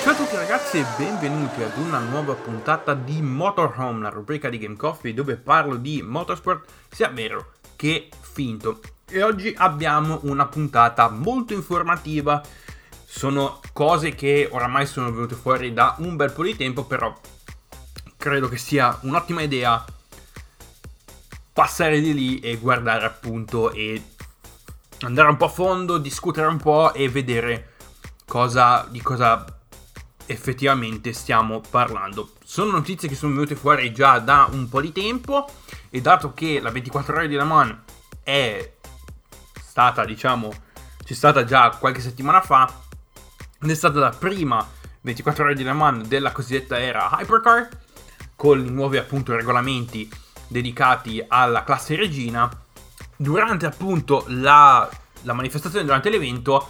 Ciao a tutti ragazzi e benvenuti ad una nuova puntata di Motorhome, la rubrica di Game Coffee dove parlo di motorsport sia vero che finto. E oggi abbiamo una puntata molto informativa. Sono cose che oramai sono venute fuori da un bel po' di tempo, però credo che sia un'ottima idea passare di lì e guardare appunto e andare un po' a fondo, discutere un po' e vedere di cosa effettivamente stiamo parlando. Sono notizie che sono venute fuori già da un po' di tempo e dato che la 24 ore di Le Mans è stata, c'è stata già qualche settimana fa ed è stata la prima 24 ore di Le Mans della cosiddetta era Hypercar con i nuovi appunto regolamenti dedicati alla classe regina. Durante appunto la manifestazione, durante l'evento,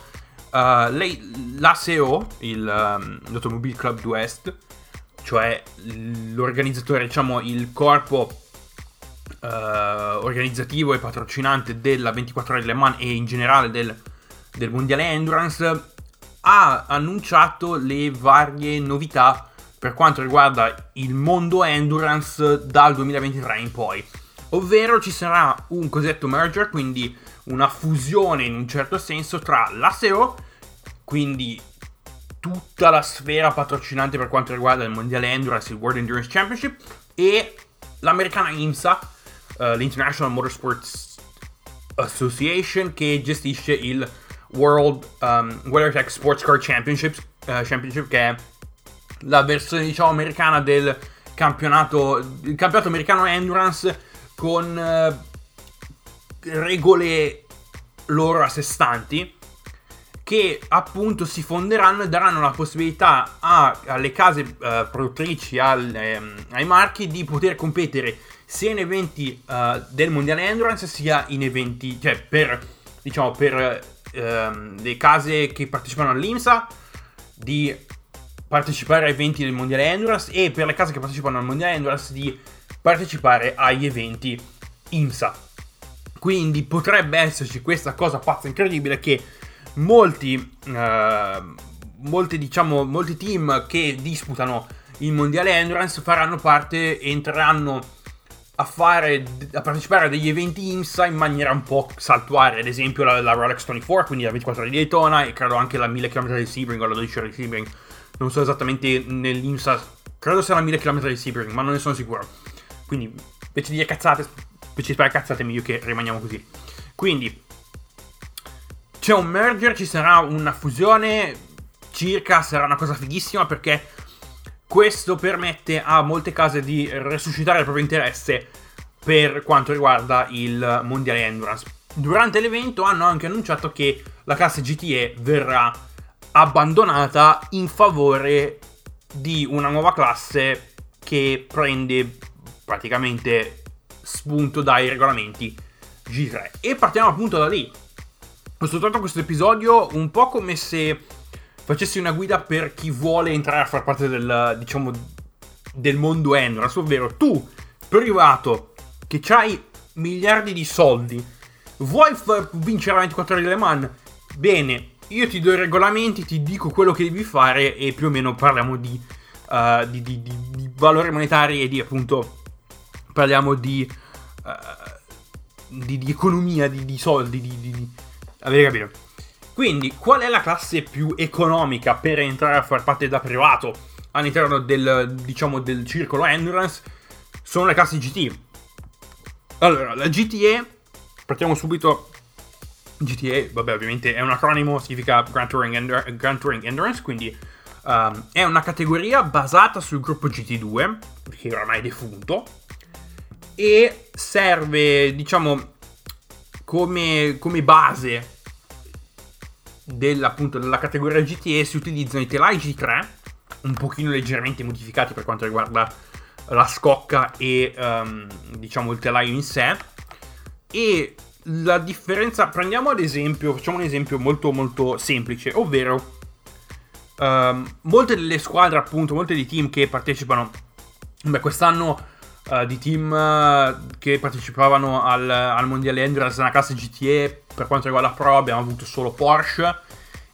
l'ACO, l'Automobile Club d'Ouest, cioè l'organizzatore, il corpo organizzativo e patrocinante della 24 ore di Le Mans e in generale del mondiale Endurance, ha annunciato le varie novità per quanto riguarda il mondo Endurance dal 2023 in poi. Ovvero ci sarà un cosiddetto merger, quindi una fusione in un certo senso tra l'ACO, quindi tutta la sfera patrocinante per quanto riguarda il mondiale Endurance, il World Endurance Championship, e l'americana IMSA, l'International Motorsports Association, che gestisce il World WeatherTech Sports Car Championship, che è la versione americana del campionato americano Endurance con regole loro a sé stanti, che appunto si fonderanno e daranno la possibilità alle case produttrici, ai marchi, di poter competere sia in eventi del mondiale Endurance sia in eventi, per le case che partecipano all'IMSA di partecipare a eventi del mondiale Endurance, e per le case che partecipano al mondiale Endurance di partecipare agli eventi IMSA. Quindi potrebbe esserci questa cosa pazza incredibile che molti team che disputano il mondiale Endurance faranno parte e entreranno a partecipare a degli eventi IMSA in maniera un po' saltuaria. Ad esempio la Rolex 24, quindi la 24 ore di Daytona, e credo anche la 1000 km di Sebring o la 12 ore di Sebring. Non so esattamente nell'IMSA, credo sia la 1000 km di Sebring, ma non ne sono sicuro. Quindi invece di dire cazzate, è meglio che rimaniamo così. Quindi c'è un merger, ci sarà una fusione, sarà una cosa fighissima, perché questo permette a molte case di resuscitare il proprio interesse per quanto riguarda il mondiale Endurance. Durante l'evento hanno anche annunciato che la classe GTE verrà abbandonata in favore di una nuova classe che prende praticamente spunto dai regolamenti G3. E partiamo appunto da lì. Ho soltanto questo episodio un po' come se facessi una guida per chi vuole entrare a far parte del mondo Endurance, ovvero tu, privato, che c'hai miliardi di soldi, vuoi vincere la 24 ore di Le Mans? Bene, io ti do i regolamenti, ti dico quello che devi fare e più o meno parliamo di valori monetari e parliamo di economia, di soldi, avete capito? Quindi, qual è la classe più economica per entrare a far parte da privato all'interno del circolo Endurance? Sono le classi GT. Allora, la GTE, partiamo subito. GTE, ovviamente è un acronimo, significa Grand Touring Endurance, quindi è una categoria basata sul gruppo GT2, che oramai è defunto, e serve, come base della categoria GTE. Si utilizzano i telai G3, un pochino leggermente modificati per quanto riguarda la scocca e il telaio in sé. E la differenza, facciamo un esempio molto molto semplice, ovvero molte delle squadre, appunto, molti dei team che partecipano, quest'anno di team che partecipavano al mondiale Endurance nella classe GTE, per quanto riguarda la Pro abbiamo avuto solo Porsche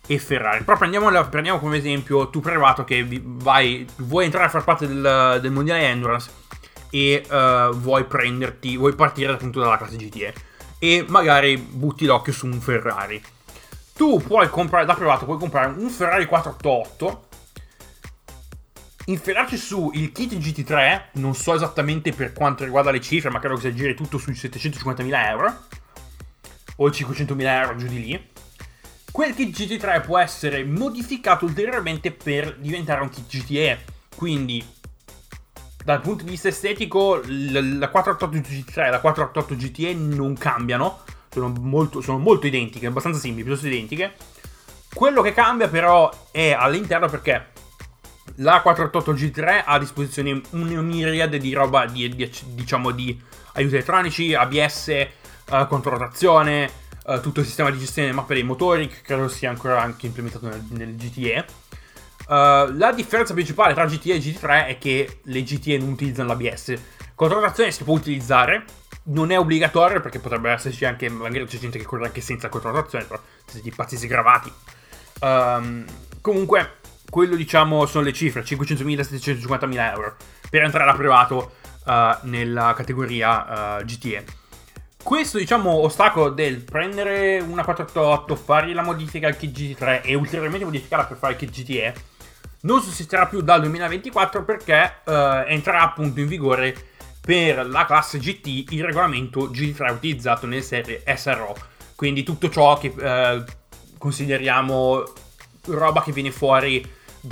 e Ferrari. Però prendiamo come esempio tu privato che vuoi entrare a far parte del mondiale Endurance e vuoi partire appunto dalla classe GTE e magari butti l'occhio su un Ferrari. Tu puoi comprare da privato, puoi comprare un Ferrari 488, infilarci su il kit GT3, non so esattamente per quanto riguarda le cifre, ma credo che si giri tutto sui 750.000 euro o 500.000 euro, giù di lì. Quel kit GT3 può essere modificato ulteriormente per diventare un kit GTE, quindi dal punto di vista estetico la 488 GT3 e la 488 GTE non cambiano, sono molto identiche, abbastanza simili, piuttosto identiche. Quello che cambia però è all'interno, perché la 488 GT3 ha a disposizione una miriade di roba diciamo di aiuti elettronici, ABS, controrotazione, tutto il sistema di gestione delle mappe dei motori, che credo sia ancora anche implementato nel GTE. La differenza principale tra GTE e GT3 è che le GTE non utilizzano l'ABS. Controrotazione si può utilizzare, non è obbligatorio, perché potrebbe esserci anche, magari c'è gente che corre anche senza controrotazione, però siete pazzeschi gravati. Comunque, quello diciamo sono le cifre, 500.000-750.000 euro per entrare da privato nella categoria GTE. Questo diciamo ostacolo del prendere una 488, fare la modifica al kit GT3 e ulteriormente modificarla per fare il kit GTE non sussisterà più dal 2024, perché entrerà appunto in vigore per la classe GT il regolamento GT3 utilizzato nelle serie SRO. Quindi tutto ciò che consideriamo roba che viene fuori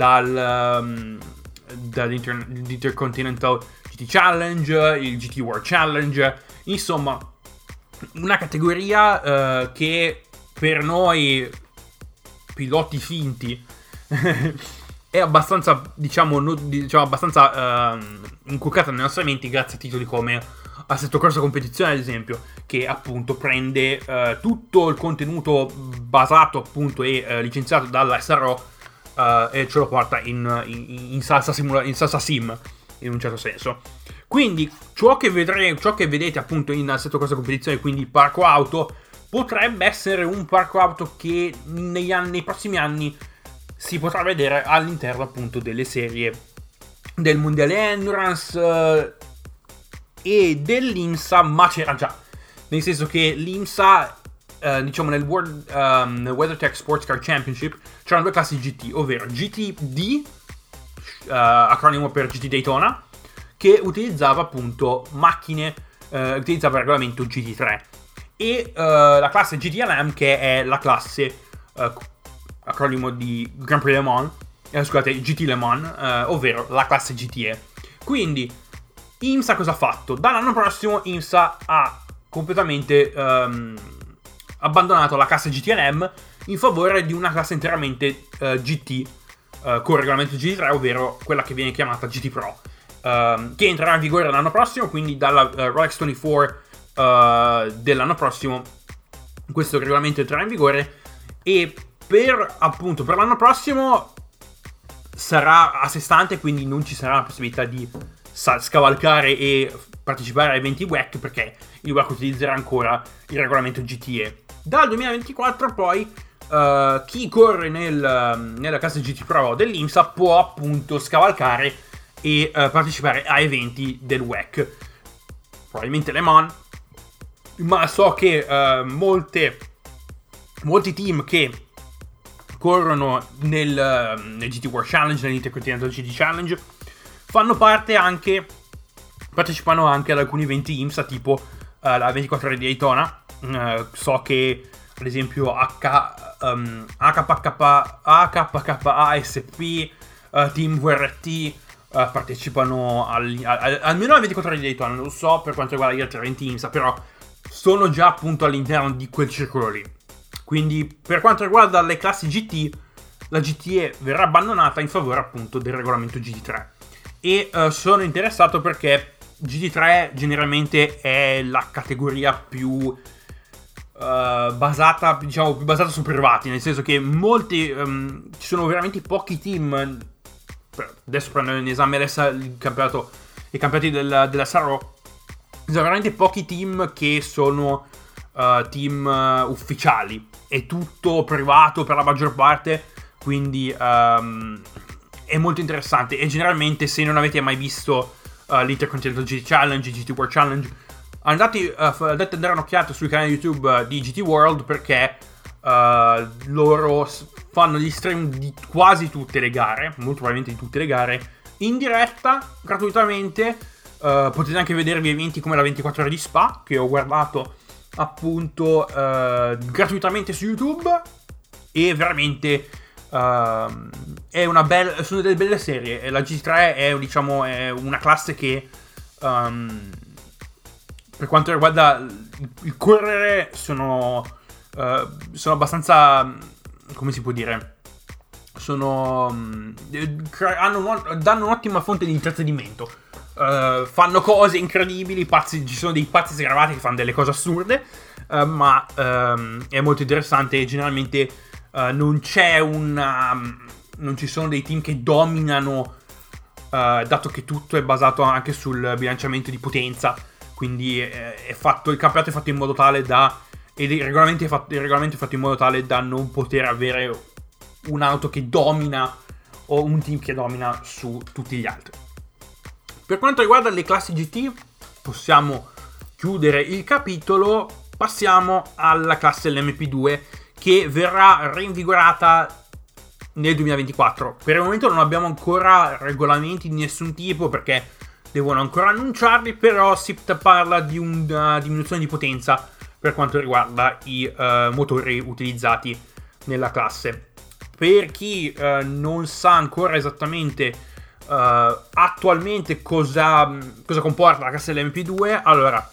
dall'Intercontinental GT Challenge, il GT World Challenge, insomma una categoria che per noi piloti finti è abbastanza abbastanza inculcata nei nostri menti grazie a titoli come Assetto Corsa Competizione, ad esempio, che appunto prende tutto il contenuto basato appunto e licenziato dalla SRO e ce lo porta in salsa sim, in un certo senso. Quindi ciò che vedete appunto in Assetto Corsa Competizione, quindi il parco auto, potrebbe essere un parco auto che nei prossimi anni si potrà vedere all'interno appunto delle serie del mondiale Endurance e dell'IMSA, ma c'era già, nel senso che l'IMSA diciamo nel WeatherTech Sports Car Championship c'erano due classi GT, ovvero GTD, acronimo per GT Daytona, che utilizzava appunto macchine, utilizzava il regolamento GT3, e la classe GTLM, che è la classe acronimo di Grand Prix Le Mans, GT Le Mans, ovvero la classe GTE. Quindi IMSA cosa ha fatto? Dall'anno prossimo IMSA ha completamente abbandonato la classe GTLM in favore di una classe interamente GT con il regolamento GT3, ovvero quella che viene chiamata GT Pro, che entrerà in vigore l'anno prossimo, quindi dalla Rolex 24 dell'anno prossimo questo regolamento entrerà in vigore, e per l'anno prossimo sarà a sé stante, quindi non ci sarà la possibilità di scavalcare e partecipare a eventi WEC, perché il WEC utilizzerà ancora il regolamento GTE. Dal 2024 poi chi corre nella classe GT Pro dell'IMSA può appunto scavalcare e partecipare a eventi del WEC, probabilmente Le Mans, ma so che molti team che corrono nel GT World Challenge, nell'Intercontinental GT Challenge, partecipano anche ad alcuni eventi IMSA, tipo la 24 ore di Daytona. So che ad esempio HKASP, Team VRT partecipano almeno alle 24 ore di Daytona. Non so per quanto riguarda gli altri eventi IMSA, però sono già appunto all'interno di quel circolo lì. Quindi per quanto riguarda le classi GT, la GTE verrà abbandonata in favore appunto del regolamento GT3. E sono interessato perché GT3 generalmente è la categoria più basata su privati, nel senso che ci sono veramente pochi team. Adesso prendo in esame i campionati della SRO. Ci sono veramente pochi team che sono team ufficiali, è tutto privato per la maggior parte, quindi è molto interessante. E generalmente, se non avete mai visto l'Intercontinental GT Challenge, GT World Challenge, andate a dare un'occhiata sui canali YouTube di GT World, perché loro fanno gli stream di quasi tutte le gare, molto probabilmente di tutte le gare, in diretta, gratuitamente. Potete anche vedervi eventi come la 24 ore di Spa, che ho guardato appunto gratuitamente su YouTube, e veramente è sono delle belle serie. La GT3 è, diciamo, è una classe che per quanto riguarda il correre sono abbastanza, come si può dire, danno un'ottima fonte di intrattenimento. Fanno cose incredibili, pazzi, ci sono dei pazzi sgravati che fanno delle cose assurde, ma è molto interessante. E generalmente non ci sono dei team che dominano, dato che tutto è basato anche sul bilanciamento di potenza. Quindi il campionato è fatto in modo tale ed il regolamento è fatto in modo tale da non poter avere un'auto che domina o un team che domina su tutti gli altri. Per quanto riguarda le classi GT, possiamo chiudere il capitolo. Passiamo alla classe LMP2, che verrà reinvigorata nel 2024. Per il momento non abbiamo ancora regolamenti di nessun tipo, perché devono ancora annunciarli, però si parla di una diminuzione di potenza per quanto riguarda i motori utilizzati nella classe. Per chi non sa ancora esattamente attualmente cosa comporta la classe LMP2, allora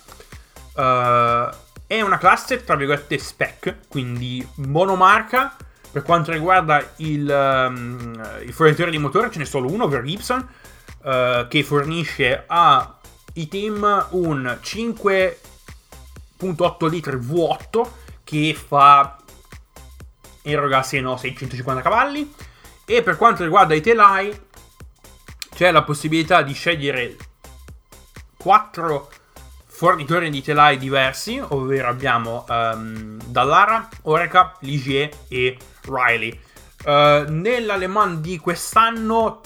è una classe tra virgolette spec, quindi monomarca. Per quanto riguarda il fornitore di motore, ce n'è solo uno, ovvero Gibson, che fornisce ai team un 5.8 litri V8 che eroga 650 cavalli. E per quanto riguarda i telai, c'è la possibilità di scegliere 4 fornitori di telai diversi, ovvero abbiamo Dallara, Oreca, Ligier e Riley. Nell'Aleman di quest'anno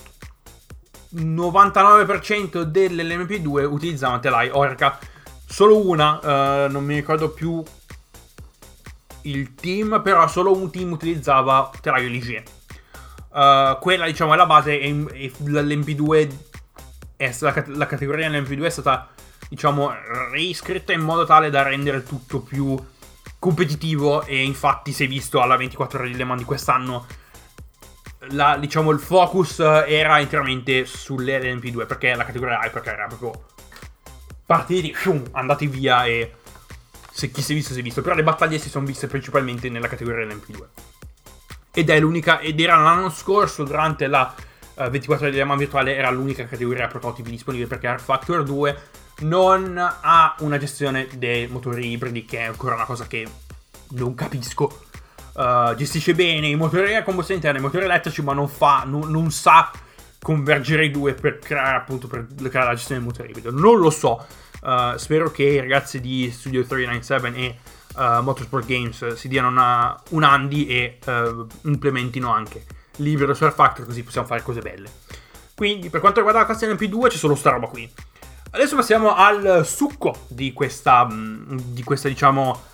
99% dell'LMP2 utilizzava telai Oreca. Solo una, non mi ricordo più il team, però solo un team utilizzava telaio Ligier. Quella, diciamo, è la base, e l'LMP2 la categoria dell'LMP2 è stata, diciamo, riscritta in modo tale da rendere tutto più competitivo. E infatti si è visto alla 24 ore di Le Mans di quest'anno, diciamo, il focus era interamente sulle LMP2, perché la categoria Hypercar era proprio partiti, andati via, e chi si è visto. Però le battaglie si sono viste principalmente nella categoria LMP2, ed era l'anno scorso, durante la 24 ore di Le Mans virtuale, era l'unica categoria prototipi disponibile, perché R-Factor 2 non ha una gestione dei motori ibridi, che è ancora una cosa che non capisco. Gestisce bene i motori a combustione interna e i motori elettrici, ma non sa convergere i due per creare la gestione del motore ibrido. Non lo so. Spero che i ragazzi di Studio 397 e Motorsport Games si diano un Andy e implementino anche l'ibrido su R-Factor, così possiamo fare cose belle. Quindi, per quanto riguarda la classe LMP2, c'è solo sta roba qui. Adesso passiamo al succo di questa diciamo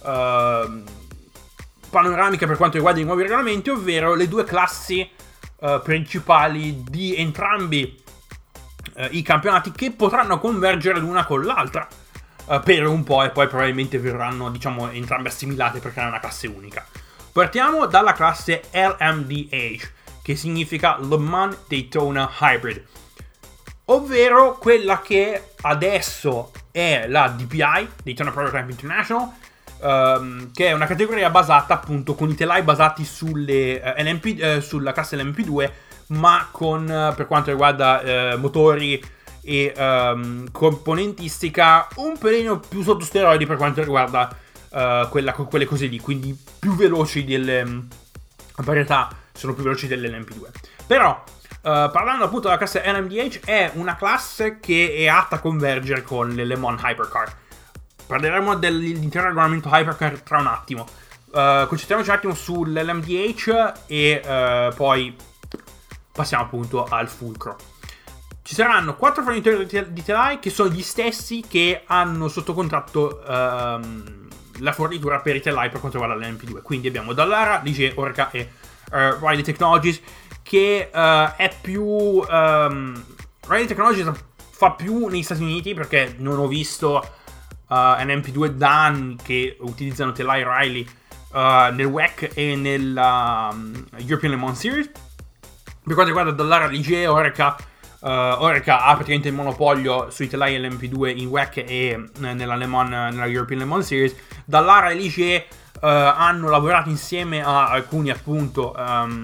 panoramica per quanto riguarda i nuovi regolamenti, ovvero le due classi principali di entrambi i campionati, che potranno convergere l'una con l'altra per un po', e poi probabilmente verranno, diciamo, entrambe assimilate per creare una classe unica. Partiamo dalla classe LMDH, che significa Le Mans Daytona Hybrid, ovvero quella che adesso è la DPI, Daytona Prototype International, che è una categoria basata appunto con i telai basati sulla classe LMP2, ma con, per quanto riguarda motori e componentistica, un pelino più sotto steroidi per quanto riguarda quelle cose lì, quindi più veloci delle varietà, sono più veloci dell'LMP2. Però parlando appunto della classe LMDH, è una classe che è atta a convergere con le Le Mans Hypercar. Parleremo dell'intero regolamento Hypercar tra un attimo. concentriamoci un attimo sull'LMDH e poi passiamo appunto al fulcro. Ci saranno 4 fornitori di telai che sono gli stessi che hanno sotto contratto la fornitura per i telai per quanto riguarda l'LMP2. Quindi abbiamo Dallara, Ligier, Orca e Riley Technologies, che è più... Riley Technologies fa più negli Stati Uniti, perché non ho visto LMP2 da anni che utilizzano telai Riley nel WEC e nella European Le Mans Series. Per quanto riguarda Dallara, Ligier, Orca ha praticamente il monopolio sui telai LMP2 in WEC e nella European Le Mans Series. Dallara e Ligier hanno lavorato insieme a alcune appunto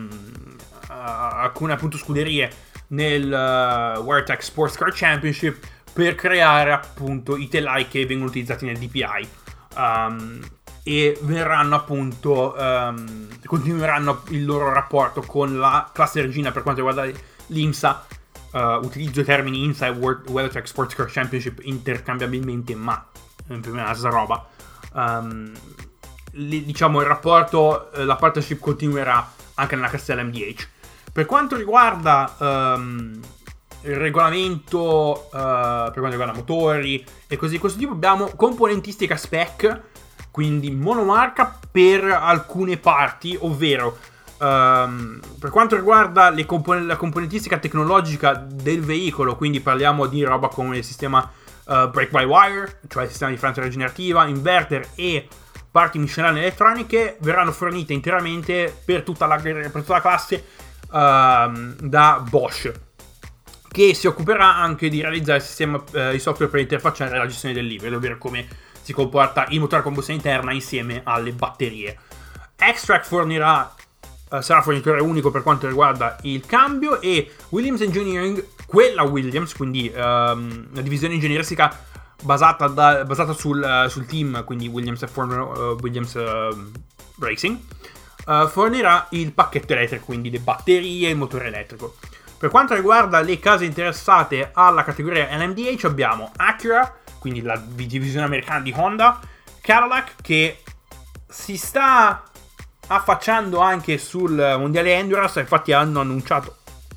scuderie nel WeatherTech Sports Car Championship per creare appunto i telai che vengono utilizzati nel DPI, e verranno appunto continueranno il loro rapporto con la classe regina per quanto riguarda l'IMSA. Utilizzo i termini IMSA e WeatherTech Sports Car Championship intercambiabilmente, ma più o meno la roba. Diciamo il rapporto, la partnership continuerà anche nella classe LMDH. Per quanto riguarda il regolamento, per quanto riguarda motori e così questo tipo, abbiamo componentistica spec, quindi monomarca per alcune parti, ovvero per quanto riguarda la componentistica tecnologica del veicolo, quindi parliamo di roba come il sistema brake by wire, cioè il sistema di frenatura rigenerativa, inverter e parti miscellanee elettroniche, verranno fornite interamente per tutta la classe da Bosch, che si occuperà anche di realizzare il sistema di software per interfacciare la gestione del livello, ovvero come si comporta il motore a combustione interna insieme alle batterie. Extract sarà fornitore unico per quanto riguarda il cambio, e Williams Engineering, quella Williams, quindi la divisione ingegneristica basata sul team, quindi Williams Racing, fornirà il pacchetto elettrico, quindi le batterie e il motore elettrico. Per quanto riguarda le case interessate alla categoria LMDH, abbiamo Acura, quindi la divisione americana di Honda, Cadillac, che si sta affacciando anche sul mondiale Endurance. Infatti hanno annunciato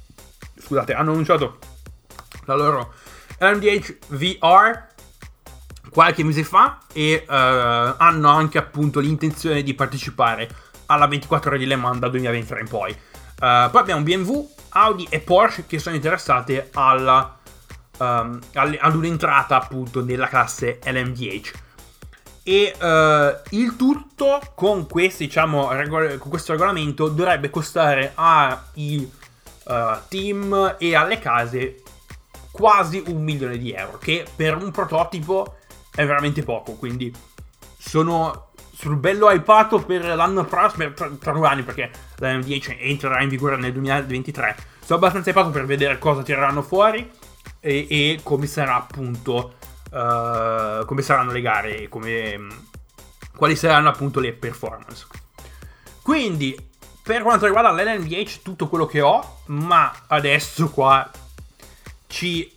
la loro LMDH VR qualche mese fa, e hanno anche appunto l'intenzione di partecipare alla 24 ore di Le Mans dal 2023 in poi. Poi abbiamo BMW, Audi e Porsche che sono interessate ad un'entrata appunto nella classe LMDH. E il tutto con questo, con questo regolamento dovrebbe costare ai team e alle case quasi €1 milione, che per un prototipo è veramente poco. Quindi sono sul bello hypato per l'anno prossimo, tra 2 anni, perché la MDH entrerà in vigore nel 2023. Sono abbastanza hypato per vedere cosa tireranno fuori e come sarà appunto come saranno le gare e quali saranno appunto le performance. Quindi per quanto riguarda l'LMDH tutto quello che ho, ma adesso qua ci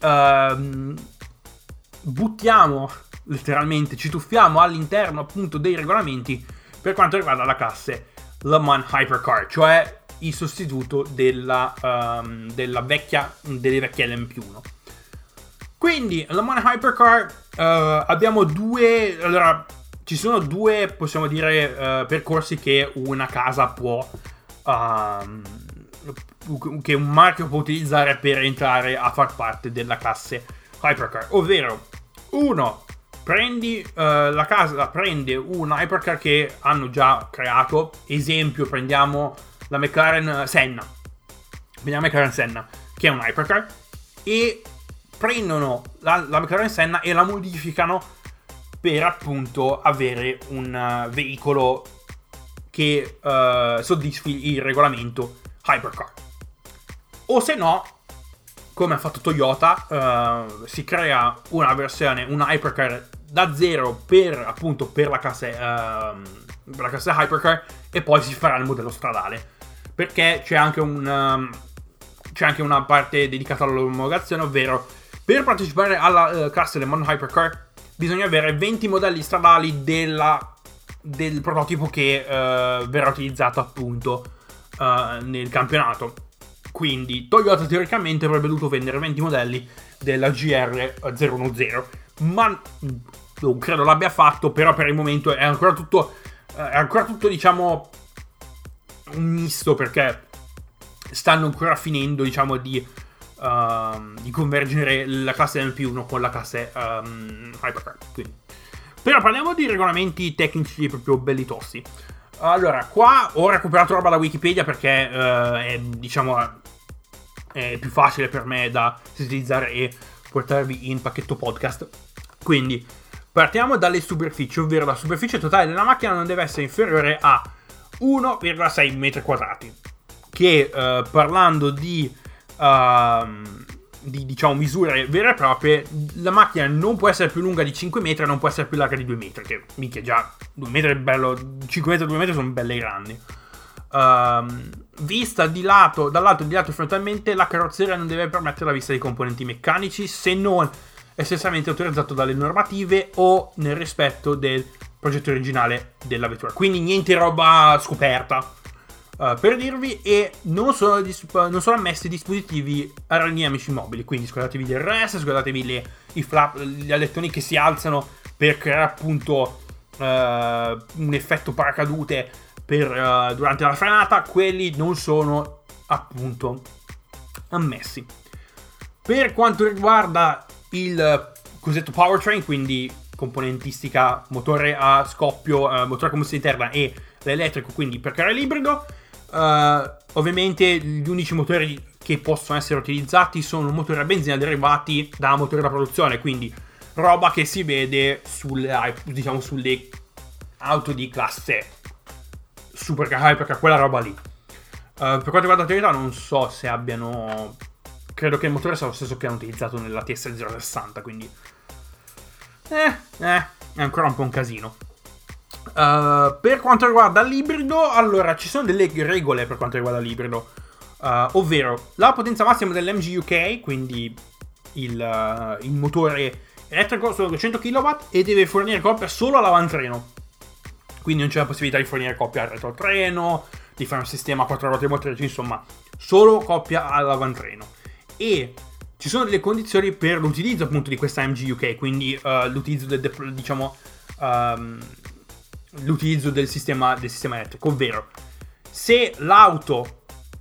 buttiamo letteralmente, ci tuffiamo all'interno appunto dei regolamenti per quanto riguarda la classe Le Mans Hypercar, cioè il sostituto delle vecchie LMP1. Quindi Le Mans Hypercar abbiamo ci sono due, possiamo dire, percorsi che una casa che un marchio può utilizzare per entrare a far parte della classe Hypercar, ovvero uno, la casa prende un hypercar che hanno già creato. Esempio, prendiamo la McLaren Senna, che è un hypercar, e prendono la McLaren Senna e la modificano per appunto avere un veicolo che soddisfi il regolamento hypercar. O se no, come ha fatto Toyota, si crea una hypercar da zero per la classe hypercar, e poi si farà il modello stradale, perché c'è anche una parte dedicata all'omologazione, ovvero per partecipare alla classe Le Mans Hypercar bisogna avere 20 modelli stradali della del prototipo che verrà utilizzato appunto nel campionato. Quindi Toyota teoricamente avrebbe dovuto vendere 20 modelli della GR010, ma non credo l'abbia fatto. Però per il momento è ancora tutto diciamo un misto, perché stanno ancora finendo, diciamo, di convergere la classe MP1 con la classe Hypercar. Quindi. Però parliamo di regolamenti tecnici proprio belli tosti. Allora, qua ho recuperato roba da Wikipedia perché è più facile per me da sintetizzare e portarvi in pacchetto podcast. Quindi partiamo dalle superfici, ovvero la superficie totale della macchina non deve essere inferiore a 1,6 metri quadrati, che parlando di diciamo misure vere e proprie, la macchina non può essere più lunga di 5 metri e non può essere più larga di 2 metri, che minchia, già 2 metri è bello, 5 metri e 2 metri sono belle grandi. Vista dal lato frontalmente, la carrozzeria non deve permettere la vista dei componenti meccanici se non essenzialmente autorizzato dalle normative o nel rispetto del progetto originale della vettura. Quindi niente roba scoperta, per dirvi. E non sono ammessi dispositivi aerodinamici mobili, quindi scordatevi del RS, scordatevi i flap, gli alettoni che si alzano per creare appunto un effetto paracadute durante la frenata. Quelli non sono appunto ammessi. Per quanto riguarda il cosiddetto powertrain, quindi componentistica, motore a scoppio, motore a combustione interna e l'elettrico, quindi per creare l'ibrido, ovviamente gli unici motori che possono essere utilizzati sono motori a benzina derivati da motori da produzione, quindi roba che si vede sulle auto di classe supercar, perché quella roba lì. Per quanto riguarda la Toyota, non so se abbiano, credo che il motore sia lo stesso che hanno utilizzato nella TS060, quindi è ancora un po' un casino. Per quanto riguarda l'ibrido, allora ci sono delle regole per quanto riguarda l'ibrido, ovvero la potenza massima dell'MG UK, quindi il motore elettrico, sono 200 kW e deve fornire coppia solo all'avantreno, quindi non c'è la possibilità di fornire coppia al retrotreno, di fare un sistema a 4 ruote motrici, insomma solo coppia all'avantreno. E ci sono delle condizioni per l'utilizzo appunto di questa MG UK, quindi l'utilizzo l'utilizzo del sistema elettrico, ovvero se l'auto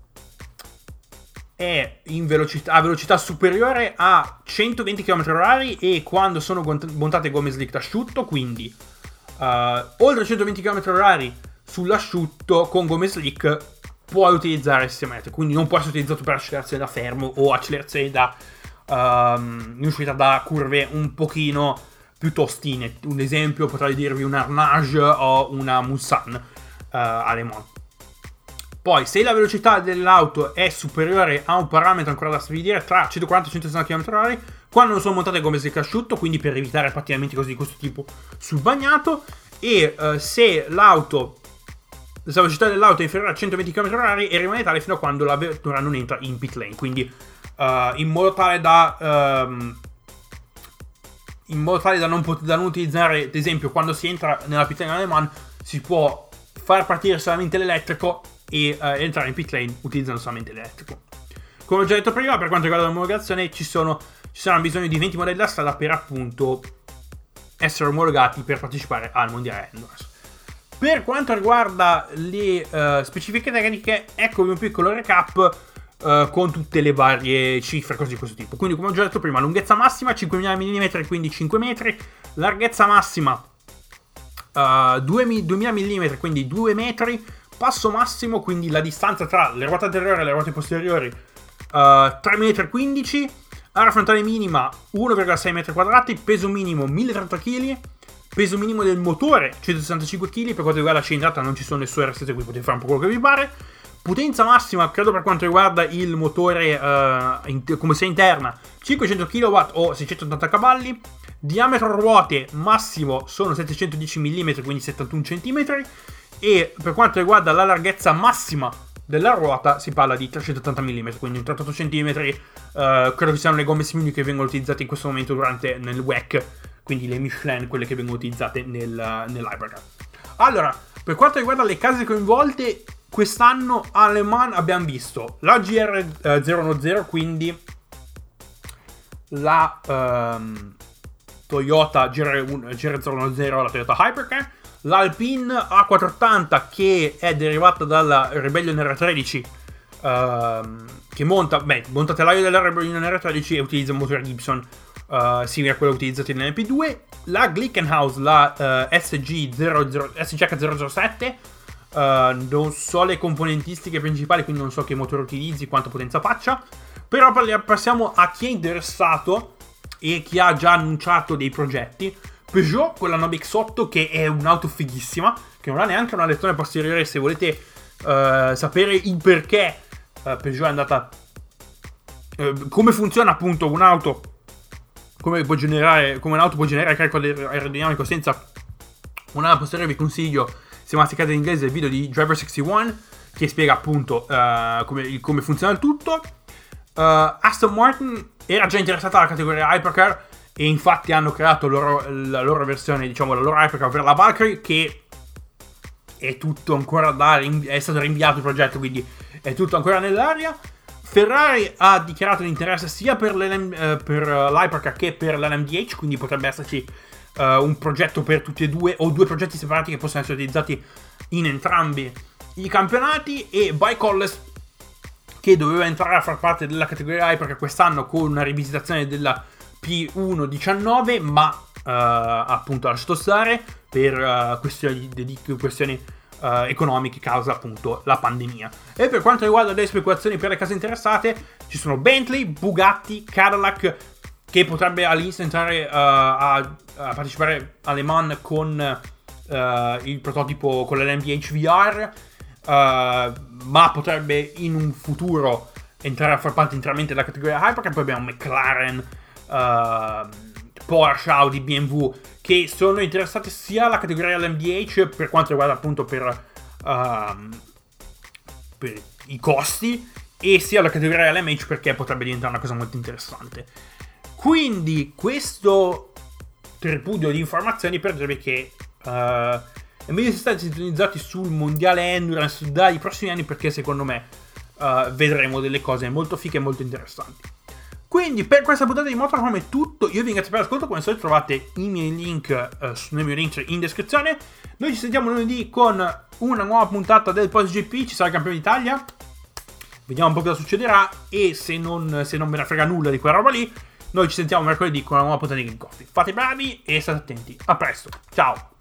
è a velocità superiore a 120 km/h e quando sono montate gomme slick d'asciutto, quindi oltre 120 km/h sull'asciutto con gomme slick, puoi utilizzare il sistema elettrico, quindi non può essere utilizzato per accelerazione da fermo o accelerazione in uscita da curve un pochino più tostine. Un esempio potrei dirvi un Arnage o una Mulsanne a Le Mans. Poi se la velocità dell'auto è superiore a un parametro ancora da stabilire tra 140 e 160 km/h quando non sono montate gomme slick asciutto, quindi per evitare pattinamenti così di questo tipo sul bagnato, e se la velocità dell'auto è inferiore a 120 km/h e rimane tale fino a quando la vettura non entra in pit lane, quindi in modo tale da non utilizzare, ad esempio, quando si entra nella pit lane Le Mans si può far partire solamente l'elettrico e entrare in pit lane utilizzando solamente l'elettrico. Come ho già detto prima, per quanto riguarda l'omologazione ci saranno bisogno di 20 modelli da strada per appunto essere omologati per partecipare al mondiale endurance. Per quanto riguarda le specifiche tecniche, eccovi un piccolo recap con tutte le varie cifre, cose di questo tipo. Quindi, come ho già detto prima, lunghezza massima 5.000 mm, quindi 5 metri, larghezza massima 2.000 mm, quindi 2 metri, passo massimo, quindi la distanza tra le ruote anteriori e le ruote posteriori 3,15 m, area frontale minima 1,6 metri quadrati, peso minimo 1.030 kg, peso minimo del motore 165 kg. Per quanto riguarda la cilindrata non ci sono nessune restrizioni, quindi potete fare un po' quello che vi pare. Potenza massima, credo per quanto riguarda il motore come sia interna, 500 kW o 680 cavalli. Diametro ruote massimo sono 710 mm, quindi 71 cm. E per quanto riguarda la larghezza massima della ruota si parla di 380 mm, quindi 38 cm. Credo che siano le gomme simili che vengono utilizzate in questo momento nel WEC, quindi le Michelin, quelle che vengono utilizzate nell'Hypercar. Allora, per quanto riguarda le case coinvolte, quest'anno a Le Mans abbiamo visto la GR010, quindi la Toyota GR010, la Toyota Hypercar, l'Alpine A480 che è derivata dalla Rebellion R13, che monta telaio della Rebellion R13 e utilizza un motore Gibson simile a quello utilizzato nell'MP2, la Glickenhaus, la SGH007, non so le componentistiche principali, quindi non so che motore utilizzi, quanta potenza faccia, però passiamo a chi è interessato e chi ha già annunciato dei progetti. Peugeot con la 9X8, che è un'auto fighissima, che non ha neanche una lettone posteriore. Se volete sapere il perché Peugeot è andata, come funziona appunto un'auto, come un'auto può generare carico aerodinamico senza una posteriore, vi consiglio, se masticate in inglese, il video di Driver 61 che spiega appunto come funziona il tutto. Aston Martin era già interessata alla categoria Hypercar e infatti hanno creato la loro versione, diciamo la loro Hypercar, ovvero la Valkyrie, che è tutto ancora è stato rinviato il progetto, quindi è tutto ancora nell'aria. Ferrari ha dichiarato l'interesse sia per l'Hypercar che per l'LMDH, quindi potrebbe esserci un progetto per tutti e due, o due progetti separati che possono essere utilizzati in entrambi i campionati. E Bike Hollis, che doveva entrare a far parte della categoria Hypercar quest'anno con una rivisitazione della P119, ma appunto ha lasciato stare per questioni economiche causa appunto la pandemia. E per quanto riguarda le speculazioni per le case interessate, ci sono Bentley, Bugatti, Cadillac, che potrebbe all'inizio entrare a partecipare a Le Mans con il prototipo, con l'LMDH VR, ma potrebbe in un futuro entrare a far parte interamente della categoria Hypercar. Poi abbiamo McLaren, Porsche, Audi, BMW, che sono interessati sia alla categoria LMDH per quanto riguarda appunto per i costi, e sia alla categoria LMH perché potrebbe diventare una cosa molto interessante. Quindi questo tripudio di informazioni per dirvi che è meglio stare sintonizzati sul mondiale Endurance dai prossimi anni, perché secondo me vedremo delle cose molto fighe e molto interessanti. Quindi per questa puntata di Motorhome è tutto. Io vi ringrazio per l'ascolto. Come al solito trovate i miei link nel mio link in descrizione. Noi ci sentiamo lunedì con una nuova puntata del Post GP. Ci sarà il campione d'Italia, vediamo un po' cosa succederà, e se non me ne frega nulla di quella roba lì, noi ci sentiamo mercoledì con una nuova puntata di Green Coffee. Fate bravi e state attenti. A presto, ciao.